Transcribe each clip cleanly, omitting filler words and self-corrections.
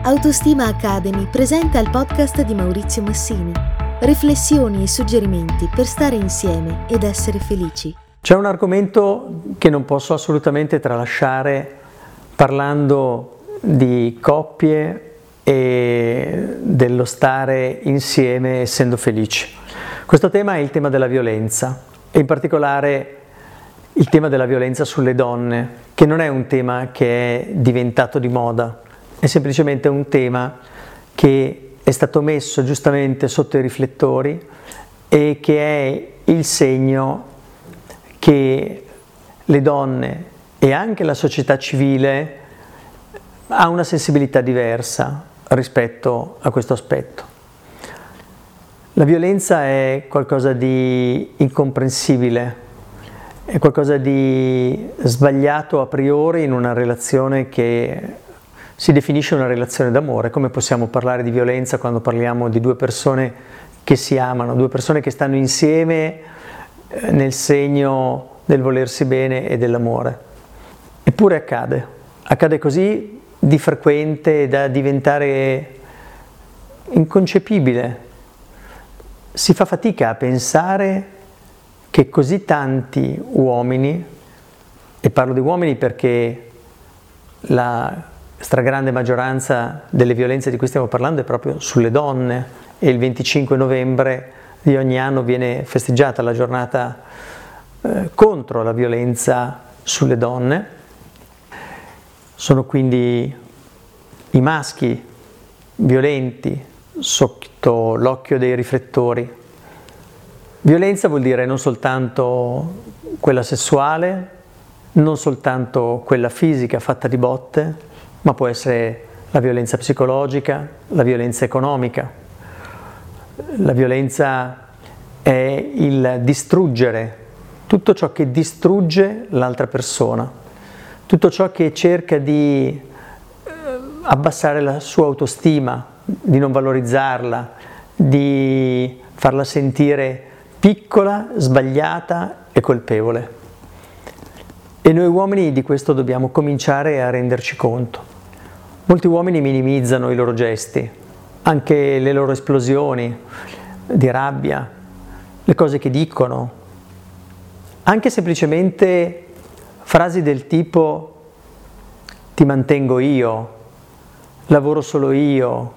Autostima Academy presenta il podcast di Maurizio Massini. Riflessioni e suggerimenti per stare insieme ed essere felici. C'è un argomento che non posso assolutamente tralasciare parlando di coppie e dello stare insieme essendo felici. Questo tema è il tema della violenza e in particolare il tema della violenza sulle donne, che non è un tema che è diventato di moda, è semplicemente un tema che è stato messo giustamente sotto i riflettori e che è il segno che le donne e anche la società civile ha una sensibilità diversa rispetto a questo aspetto. La violenza è qualcosa di incomprensibile, è qualcosa di sbagliato a priori in una relazione che si definisce una relazione d'amore. Come possiamo parlare di violenza quando parliamo di due persone che si amano, due persone che stanno insieme nel segno del volersi bene e dell'amore? Eppure accade così di frequente da diventare inconcepibile. Si fa fatica a pensare che così tanti uomini, e parlo di uomini perché la stragrande maggioranza delle violenze di cui stiamo parlando è proprio sulle donne, e il 25 novembre di ogni anno viene festeggiata la giornata contro la violenza sulle donne. Sono quindi i maschi violenti sotto l'occhio dei riflettori. Violenza vuol dire non soltanto quella sessuale, non soltanto quella fisica fatta di botte, ma può essere la violenza psicologica, la violenza economica. La violenza è il distruggere tutto ciò che distrugge l'altra persona, tutto ciò che cerca di abbassare la sua autostima, di non valorizzarla, di farla sentire piccola, sbagliata e colpevole. E noi uomini di questo dobbiamo cominciare a renderci conto. Molti uomini minimizzano i loro gesti, anche le loro esplosioni di rabbia, le cose che dicono, anche semplicemente frasi del tipo ti mantengo io, lavoro solo io,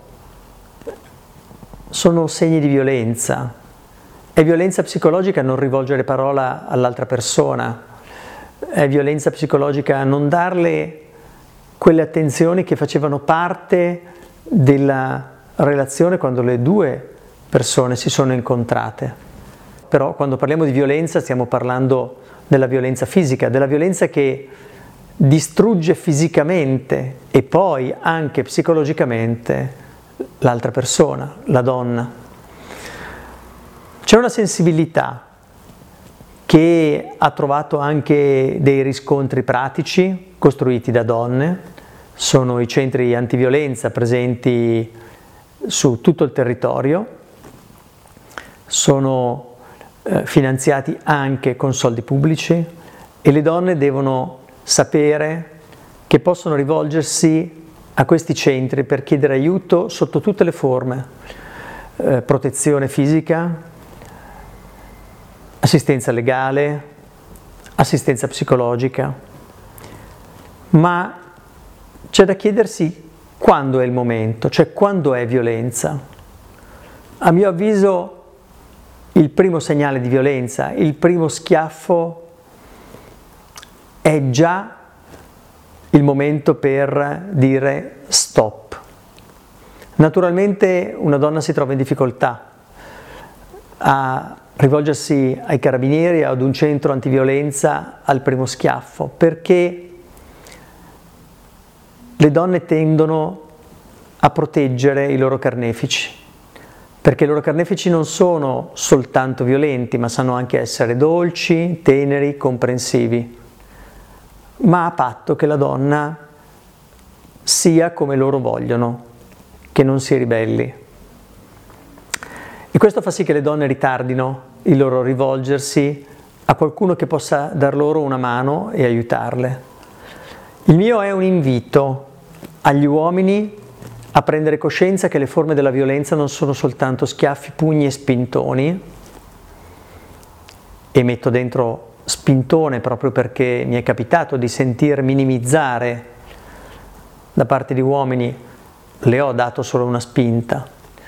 sono segni di violenza. È violenza psicologica non rivolgere parola all'altra persona, è violenza psicologica non darle quelle attenzioni che facevano parte della relazione quando le due persone si sono incontrate. Però quando parliamo di violenza stiamo parlando della violenza fisica, della violenza che distrugge fisicamente e poi anche psicologicamente l'altra persona, la donna. C'è una sensibilità che ha trovato anche dei riscontri pratici costruiti da donne. Sono i centri antiviolenza presenti su tutto il territorio, sono finanziati anche con soldi pubblici e le donne devono sapere che possono rivolgersi a questi centri per chiedere aiuto sotto tutte le forme, protezione fisica, assistenza legale, assistenza psicologica, ma c'è da chiedersi quando è il momento, cioè quando è violenza. A mio avviso il primo segnale di violenza, il primo schiaffo è già il momento per dire stop. Naturalmente una donna si trova in difficoltà a rivolgersi ai carabinieri, ad un centro antiviolenza al primo schiaffo, perché le donne tendono a proteggere i loro carnefici, perché i loro carnefici non sono soltanto violenti, ma sanno anche essere dolci, teneri, comprensivi, ma a patto che la donna sia come loro vogliono, che non si ribelli. E questo fa sì che le donne ritardino il loro rivolgersi a qualcuno che possa dar loro una mano e aiutarle. Il mio è un invito agli uomini a prendere coscienza che le forme della violenza non sono soltanto schiaffi, pugni e spintoni, e metto dentro spintone proprio perché mi è capitato di sentir minimizzare da parte di uomini, le ho dato solo una spinta.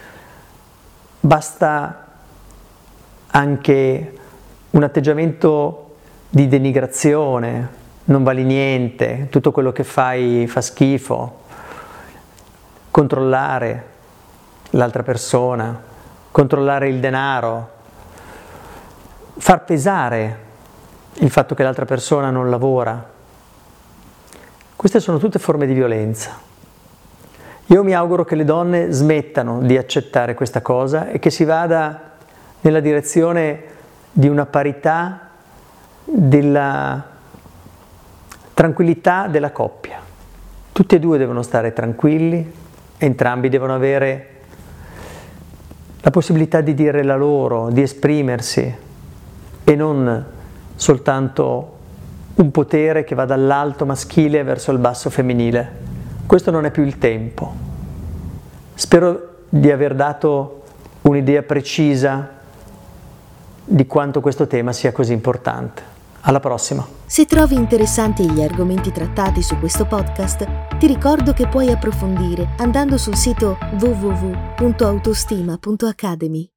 Basta anche un atteggiamento di denigrazione, non vali niente, tutto quello che fai fa schifo, controllare l'altra persona, controllare il denaro, far pesare il fatto che l'altra persona non lavora. Queste sono tutte forme di violenza. Io mi auguro che le donne smettano di accettare questa cosa e che si vada nella direzione di una parità, della tranquillità della coppia. Tutti e due devono stare tranquilli, entrambi devono avere la possibilità di dire la loro, di esprimersi, e non soltanto un potere che va dall'alto maschile verso il basso femminile. Questo non è più il tempo. Spero di aver dato un'idea precisa di quanto questo tema sia così importante. Alla prossima! Se trovi interessanti gli argomenti trattati su questo podcast, ti ricordo che puoi approfondire andando sul sito www.autostima.academy.